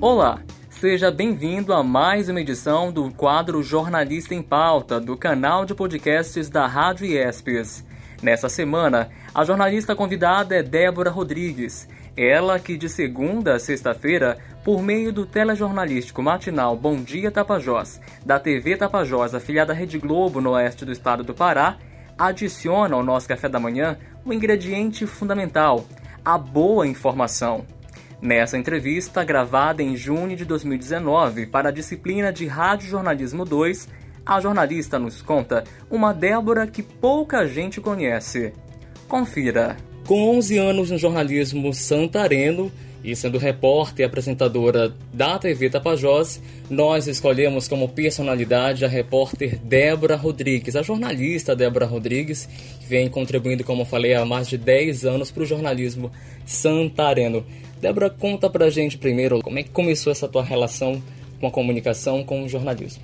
Olá, seja bem-vindo a mais uma edição do quadro Jornalista em Pauta, do canal de podcasts da Rádio IESPES. Nessa semana, a jornalista convidada é Débora Rodrigues. Ela que de segunda a sexta-feira, por meio do telejornalístico matinal Bom Dia Tapajós, da TV Tapajós, afiliada à Rede Globo no oeste do estado do Pará, adiciona ao nosso café da manhã um ingrediente fundamental, a boa informação. Nessa entrevista, gravada em junho de 2019 para a disciplina de Rádio Jornalismo 2, a jornalista nos conta uma Débora que pouca gente conhece. Confira. Com 11 anos no jornalismo santareno e sendo repórter e apresentadora da TV Tapajós, nós escolhemos como personalidade a repórter Débora Rodrigues, a jornalista Débora Rodrigues, que vem contribuindo, como eu falei, há mais de 10 anos para o jornalismo santareno. Débora, conta pra gente primeiro como é que começou essa tua relação com a comunicação, com o jornalismo.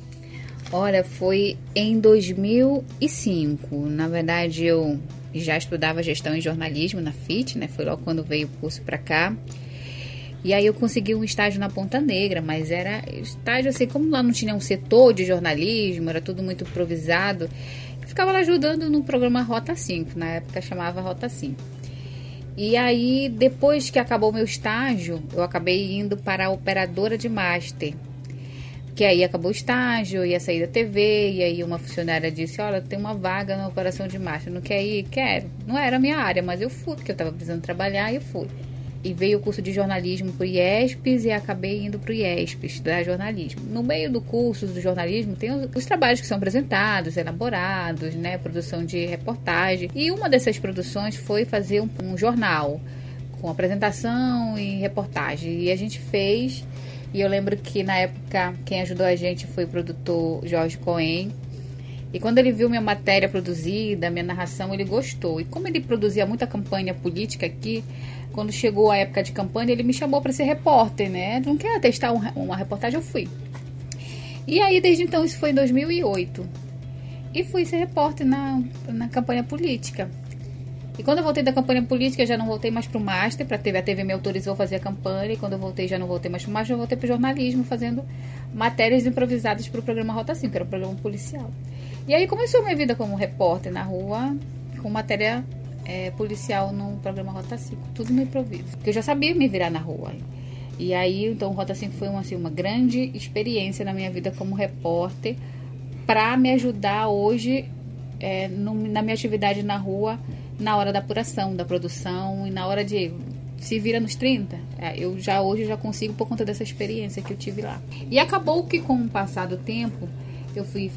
Olha, foi em 2005. Na verdade, eu já estudava gestão em jornalismo na FIT, né? Foi logo quando veio o curso pra cá. E aí eu consegui um estágio na Ponta Negra, mas era estágio assim, como lá não tinha um setor de jornalismo, era tudo muito improvisado. Eu ficava lá ajudando no programa Rota 5, na época chamava Rota 5. E aí, depois que acabou o meu estágio, eu acabei indo para a operadora de master. Que aí acabou o estágio, ia sair da TV, e aí uma funcionária disse, olha, tem uma vaga na operação de master, não quer ir? Quero. Não era a minha área, mas eu fui, porque eu estava precisando trabalhar e eu fui. E veio o curso de jornalismo para o IESPES e acabei indo para o IESPES, estudar jornalismo. No meio do curso do jornalismo tem os trabalhos que são apresentados, elaborados, né, produção de reportagem. E uma dessas produções foi fazer um jornal com apresentação e reportagem. E a gente fez, e eu lembro que na época quem ajudou a gente foi o produtor Jorge Cohen. E quando ele viu minha matéria produzida, minha narração, ele gostou. E como ele produzia muita campanha política aqui, quando chegou a época de campanha, ele me chamou para ser repórter, né? Não quer testar uma reportagem? Eu fui. E aí, desde então, isso foi em 2008. E fui ser repórter na campanha política. E quando eu voltei da campanha política, já não voltei mais para o Master, para a TV. A TV me autorizou a fazer a campanha. E quando eu voltei, já não voltei mais para o Master, já voltei para o jornalismo, fazendo matérias improvisadas para o programa Rota 5, que era um programa policial. E aí começou a minha vida como repórter na rua, com matéria policial no programa Rota 5. Tudo no improviso. Porque eu já sabia me virar na rua. E aí, então, o Rota 5 foi uma grande experiência na minha vida como repórter, para me ajudar hoje na minha atividade na rua, na hora da apuração, da produção e na hora de se vira nos 30. Hoje eu já consigo por conta dessa experiência que eu tive lá. E acabou que com o passar do tempo, eu fui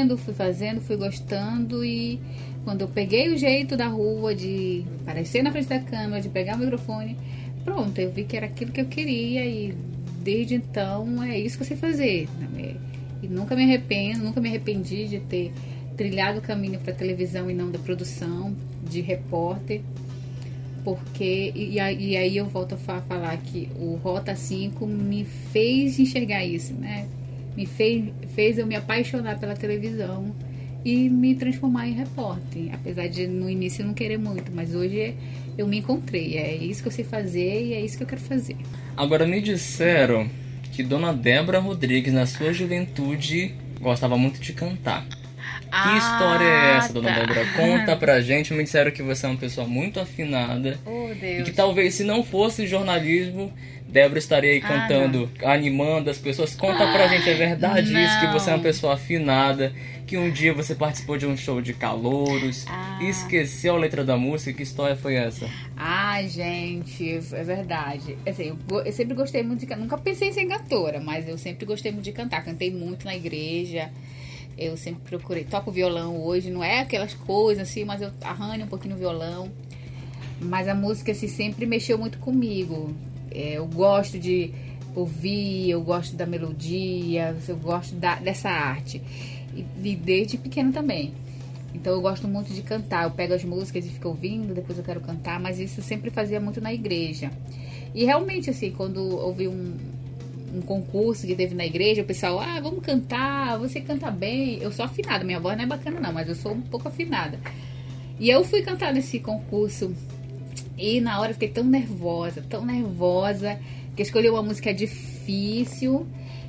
gostando, e quando eu peguei o jeito da rua de aparecer na frente da câmera, de pegar o microfone, pronto, eu vi que era aquilo que eu queria, e desde então é isso que eu sei fazer. E nunca me arrependi de ter trilhado o caminho para televisão e não da produção, de repórter, porque, e aí eu volto a falar que o Rota 5 me fez enxergar isso, né? Me fez eu me apaixonar pela televisão e me transformar em repórter. Apesar de no início não querer muito, mas hoje eu me encontrei. É isso que eu sei fazer e é isso que eu quero fazer. Agora, me disseram que Dona Débora Rodrigues, na sua juventude, gostava muito de cantar. Que história é essa, Dona Débora? Conta pra gente. Me disseram que você é uma pessoa muito afinada. Oh, Deus. E que talvez, se não fosse jornalismo, Débora estaria aí cantando, animando as pessoas. Conta pra gente, é verdade isso? Que você é uma pessoa afinada, que um dia você participou de um show de calouros, esqueceu a letra da música. Que história foi essa? Gente, é verdade. Assim, eu sempre gostei muito de cantar. Nunca pensei em ser cantora, mas eu sempre gostei muito de cantar. Cantei muito na igreja. Eu sempre procurei. Toco violão hoje, não é aquelas coisas assim, mas eu arranho um pouquinho no violão. Mas a música assim, sempre mexeu muito comigo. Eu gosto de ouvir, eu gosto da melodia, eu gosto dessa arte. E desde pequeno também. Então eu gosto muito de cantar. Eu pego as músicas e fico ouvindo, depois eu quero cantar, mas isso eu sempre fazia muito na igreja. E realmente, assim, quando ouvi um concurso que teve na igreja, o pessoal, vamos cantar, você canta bem. Eu sou afinada, minha voz não é bacana não, mas eu sou um pouco afinada. E eu fui cantar nesse concurso e na hora eu fiquei tão nervosa, Porque escolheu uma música difícil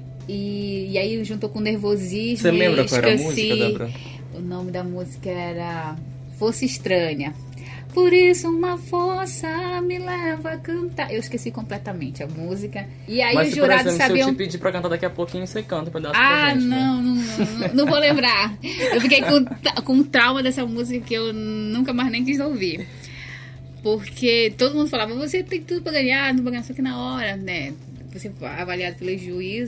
e aí juntou com nervosismo. Você lembra qual era a música, Débora? O nome da música era Força Estranha. Por isso uma força me leva a cantar. Eu esqueci completamente a música. E aí os jurados sabiam... se eu te pedir pra cantar daqui a pouquinho, você canta um pedaço pra gente. Não vou lembrar. Eu fiquei com trauma dessa música que eu nunca mais nem quis ouvir. Porque todo mundo falava, você tem tudo pra ganhar, não vai ganhar só que na hora, né? Você foi avaliado pelos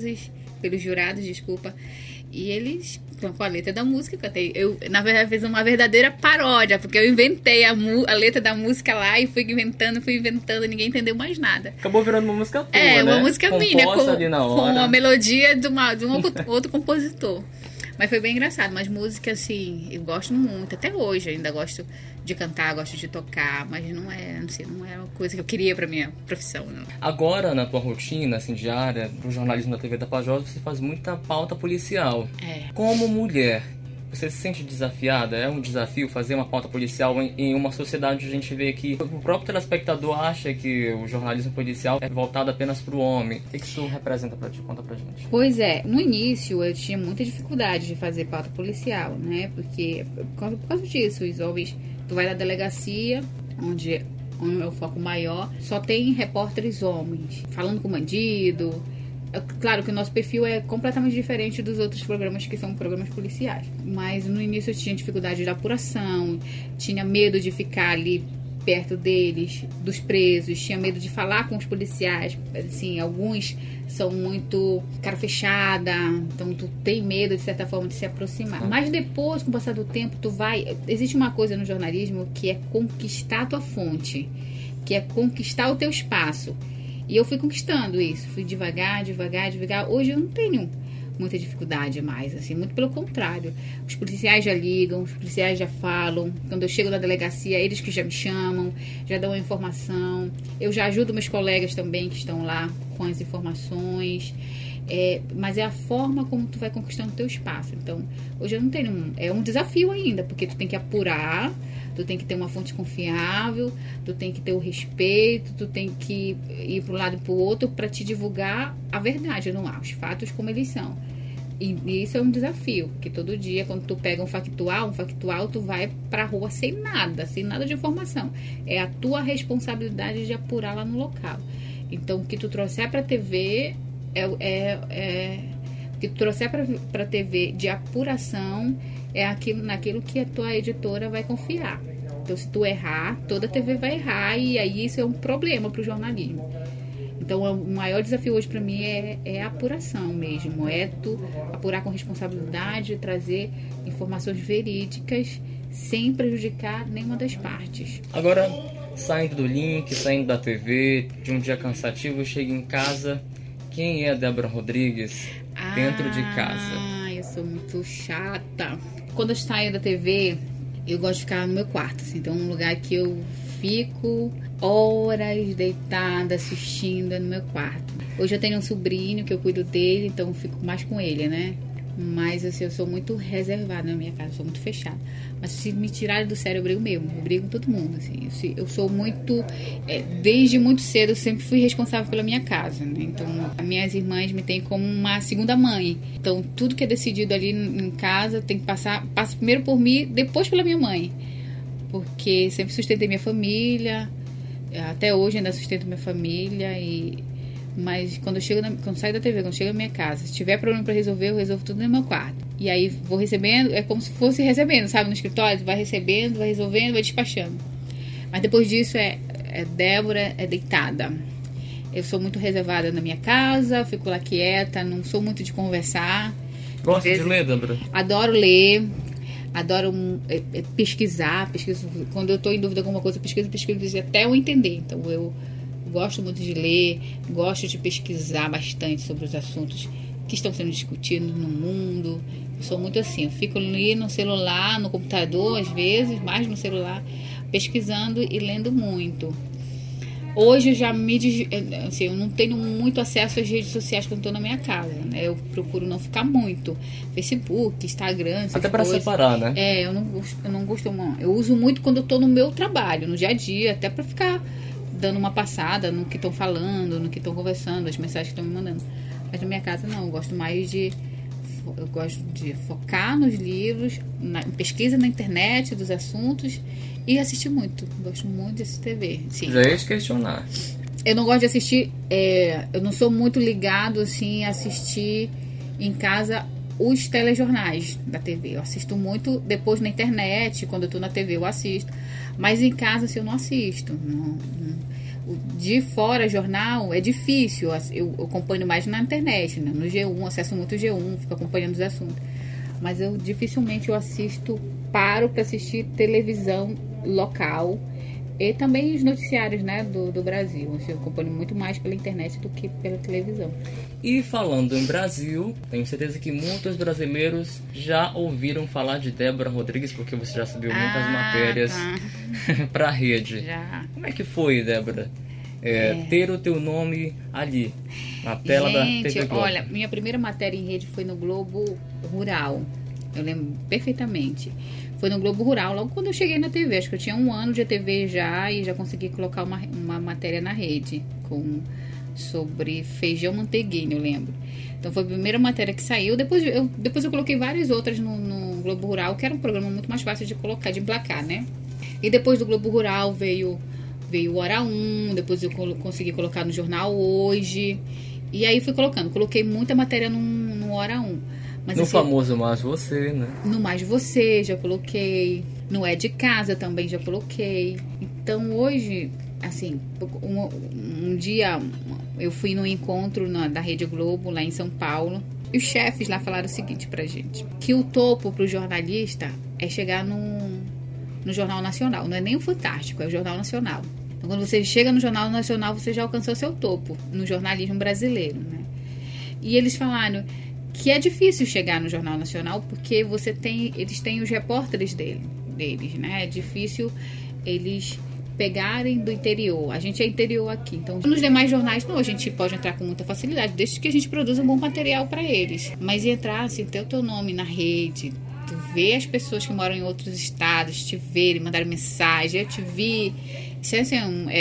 jurados, desculpa. E eles, com a letra da música, cantei. Eu, na verdade, fiz uma verdadeira paródia, porque eu inventei a letra da música lá e fui inventando, ninguém entendeu mais nada. Acabou virando uma música tua, né? Uma música minha, com uma melodia de um outro compositor. Mas foi bem engraçado, mas música, assim, eu gosto muito, até hoje ainda gosto de cantar, gosto de tocar, mas não é uma coisa que eu queria pra minha profissão, não. Agora, na tua rotina, assim, diária, pro jornalismo da TV Tapajós, você faz muita pauta policial. Como mulher, você se sente desafiada? É um desafio fazer uma pauta policial em uma sociedade onde a gente vê que o próprio telespectador acha que o jornalismo policial é voltado apenas pro homem. O que isso representa pra ti? Conta pra gente. Pois é, no início eu tinha muita dificuldade de fazer pauta policial, né? Porque por causa disso, os homens, tu vai na delegacia, onde é o foco maior, só tem repórteres homens, falando com bandido. Claro que o nosso perfil é completamente diferente dos outros programas que são programas policiais. Mas no início eu tinha dificuldade de apuração, tinha medo de ficar ali perto deles, dos presos, tinha medo de falar com os policiais. Assim, alguns são muito cara fechada, então tu tem medo de certa forma de se aproximar. Mas depois, com o passar do tempo, existe uma coisa no jornalismo que é conquistar a tua fonte, que é conquistar o teu espaço. E eu fui conquistando isso, fui devagar. Hoje eu não tenho muita dificuldade mais, assim, muito pelo contrário. Os policiais já ligam, os policiais já falam. Quando eu chego na delegacia, eles que já me chamam, já dão a informação. Eu já ajudo meus colegas também que estão lá com as informações. Mas é a forma como tu vai conquistando o teu espaço. Então, hoje eu não tenho... É um desafio ainda, porque tu tem que apurar, tu tem que ter uma fonte confiável, tu tem que ter o respeito, tu tem que ir para um lado e para o outro para te divulgar a verdade, não há, os fatos como eles são. E isso é um desafio, porque todo dia, quando tu pega um factual, tu vai pra rua sem nada de informação. É a tua responsabilidade de apurar lá no local. Então, o que tu trouxer pra TV... o que tu trouxer para TV de apuração é naquilo que a tua editora vai confiar. Então, se tu errar, toda a TV vai errar e aí isso é um problema para o jornalismo. Então, o maior desafio hoje para mim é a apuração mesmo. É tu apurar com responsabilidade, trazer informações verídicas sem prejudicar nenhuma das partes. Agora, saindo do link, saindo da TV, de um dia cansativo, chega em casa... Quem é a Débora Rodrigues dentro de casa? Eu sou muito chata. Quando eu saio da TV, eu gosto de ficar no meu quarto. Assim, então, um lugar que eu fico horas deitada, assistindo, é no meu quarto. Hoje eu tenho um sobrinho que eu cuido dele, então eu fico mais com ele, né? Mas assim, eu sou muito reservada na minha casa, sou muito fechada. Mas se me tirarem do sério, eu brigo mesmo. Eu brigo com todo mundo, assim. Eu sou muito... desde muito cedo, eu sempre fui responsável pela minha casa, né? Então, as minhas irmãs me têm como uma segunda mãe. Então, tudo que é decidido ali em casa tem que passa primeiro por mim, depois pela minha mãe. Porque sempre sustentei minha família. Até hoje ainda sustento minha família Mas quando saio da TV, quando chego na minha casa, se tiver problema pra resolver, eu resolvo tudo no meu quarto. E aí vou recebendo, é como se fosse recebendo, sabe? No escritório, vai recebendo, vai resolvendo, vai despachando. Mas depois disso Débora é deitada. Eu sou muito reservada na minha casa, fico lá quieta, não sou muito de conversar. Gosta de ler, Débora? Adoro ler, adoro pesquisar. Quando eu tô em dúvida de alguma coisa, pesquiso até eu entender. Então eu gosto muito de ler, gosto de pesquisar bastante sobre os assuntos que estão sendo discutidos no mundo. Eu sou muito assim, eu fico ali no celular, no computador, às vezes, mais no celular, pesquisando e lendo muito. Hoje eu já assim, eu não tenho muito acesso às redes sociais quando estou na minha casa, né? Eu procuro não ficar muito. Facebook, Instagram, até para separar, né? Eu não gosto, não. Eu uso muito quando eu estou no meu trabalho, no dia a dia, até para ficar dando uma passada no que estão falando, no que estão conversando, as mensagens que estão me mandando. Mas na minha casa não, eu gosto de focar nos livros, na pesquisa na internet dos assuntos e assistir muito. Gosto muito de assistir TV. Sim. Já ia te questionar. Eu não gosto de assistir, eu não sou muito ligado assim a assistir em casa os telejornais da TV. Eu assisto muito depois na internet, quando eu tô na TV eu assisto, mas em casa assim, eu não assisto. De fora jornal é difícil, eu acompanho mais na internet, né? No G1, acesso muito o G1, fico acompanhando os assuntos, mas dificilmente eu paro para assistir televisão local e também os noticiários, né, do Brasil. Eu acompanho muito mais pela internet do que pela televisão. E falando em Brasil, tenho certeza que muitos brasileiros já ouviram falar de Débora Rodrigues, porque você já subiu muitas matérias para a rede. Já. Como é que foi, Débora, ter o teu nome ali, na tela da TV Globo? Olha, minha primeira matéria em rede foi no Globo Rural. Eu lembro perfeitamente. Foi no Globo Rural, logo quando eu cheguei na TV. Acho que eu tinha 1 ano de TV já e já consegui colocar uma matéria na rede sobre feijão manteiguinho, eu lembro. Então foi a primeira matéria que saiu. Depois eu coloquei várias outras no Globo Rural, que era um programa muito mais fácil de colocar, de emplacar, né? E depois do Globo Rural veio o Hora 1, depois eu consegui colocar no Jornal Hoje. E aí fui colocando. Coloquei muita matéria no Hora 1. Mas, no assim, famoso Mais Você, né? No Mais Você já coloquei. No É de Casa também já coloquei. Então hoje, assim, um dia eu fui num encontro da Rede Globo lá em São Paulo. E os chefes lá falaram o seguinte pra gente: que o topo pro jornalista é chegar no Jornal Nacional. Não é nem o Fantástico, é o Jornal Nacional. Então quando você chega no Jornal Nacional, você já alcançou seu topo no jornalismo brasileiro, né? E eles falaram que é difícil chegar no Jornal Nacional porque eles têm os repórteres deles, né? É difícil eles pegarem do interior. A gente é interior aqui, então nos demais jornais não, a gente pode entrar com muita facilidade, desde que a gente produza um bom material para eles. Mas entrar, assim, ter o teu nome na rede, tu ver as pessoas que moram em outros estados te verem, mandarem mensagem, eu te vi, isso assim,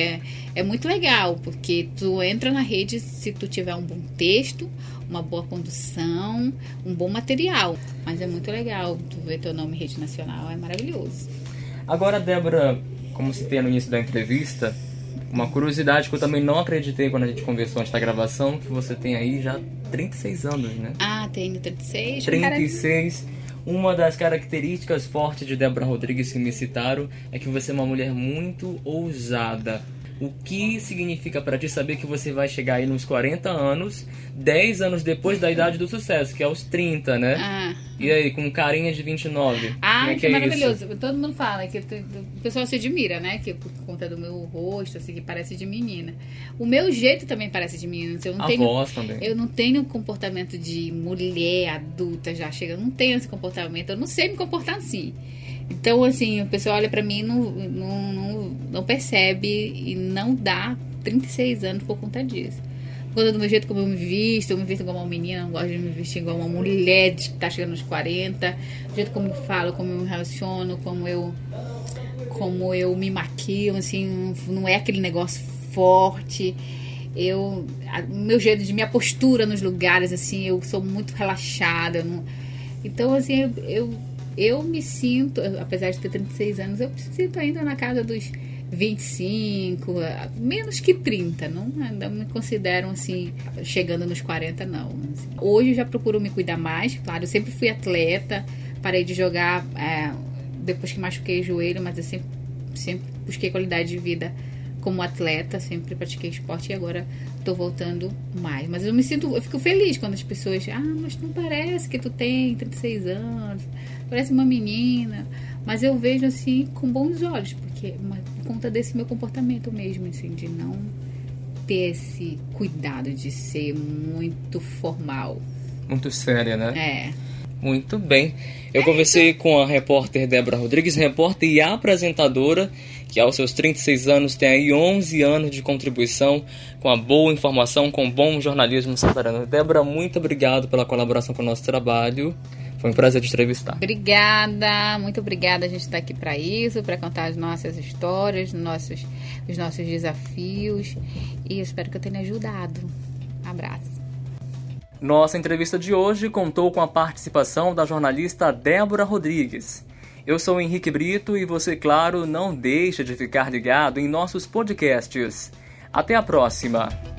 é muito legal, porque tu entra na rede se tu tiver um bom texto, uma boa condução, um bom material. Mas é muito legal tu ver teu nome em rede nacional, é maravilhoso. Agora, Débora, como citei no início da entrevista, uma curiosidade que eu também não acreditei quando a gente conversou antes da gravação, que você tem aí já 36 anos, né? Ah, tenho 36. 36. Uma das características fortes de Débora Rodrigues que me citaram é que você é uma mulher muito ousada. O que significa para ti saber que você vai chegar aí nos 40 anos, 10 anos depois da idade do sucesso, que é os 30, né? E aí, com carinha de 29. Como é que é maravilhoso. Isso? Todo mundo fala que o pessoal se admira, né? Que por conta do meu rosto, assim, que parece de menina. O meu jeito também parece de menina. Voz também. Eu não tenho comportamento de mulher adulta já chega. Eu não tenho esse comportamento. Eu não sei me comportar assim. Então, assim, o pessoal olha pra mim e não percebe e não dá 36 anos por conta disso. Por conta do meu jeito como eu me visto igual uma menina, não gosto de me vestir igual uma mulher que tá chegando nos 40. O jeito como eu falo, como eu me relaciono, como eu me maquio, assim, não é aquele negócio forte. Meu jeito de minha postura nos lugares, assim, eu sou muito relaxada. Então, assim, eu me sinto, apesar de ter 36 anos, eu me sinto ainda na casa dos 25, menos que 30, não me considero assim, chegando nos 40, não. Assim. Hoje eu já procuro me cuidar mais, claro, eu sempre fui atleta, parei de jogar depois que machuquei o joelho, mas eu sempre busquei qualidade de vida como atleta, sempre pratiquei esporte e agora tô voltando mais. Mas eu fico feliz quando as pessoas, mas não parece que tu tem 36 anos, parece uma menina, mas eu vejo assim com bons olhos, porque por conta desse meu comportamento mesmo, assim, de não ter esse cuidado de ser muito formal. Muito séria, né? É. Muito bem. Eu conversei com a repórter Débora Rodrigues, repórter e apresentadora, que aos seus 36 anos tem aí 11 anos de contribuição com a boa informação, com o bom jornalismo santarano. Débora, muito obrigado pela colaboração com o nosso trabalho. Foi um prazer te entrevistar. Obrigada, muito obrigada. A gente está aqui para isso, para contar as nossas histórias, os nossos desafios. E eu espero que eu tenha ajudado. Abraço. Nossa entrevista de hoje contou com a participação da jornalista Débora Rodrigues. Eu sou Henrique Brito e você, claro, não deixa de ficar ligado em nossos podcasts. Até a próxima!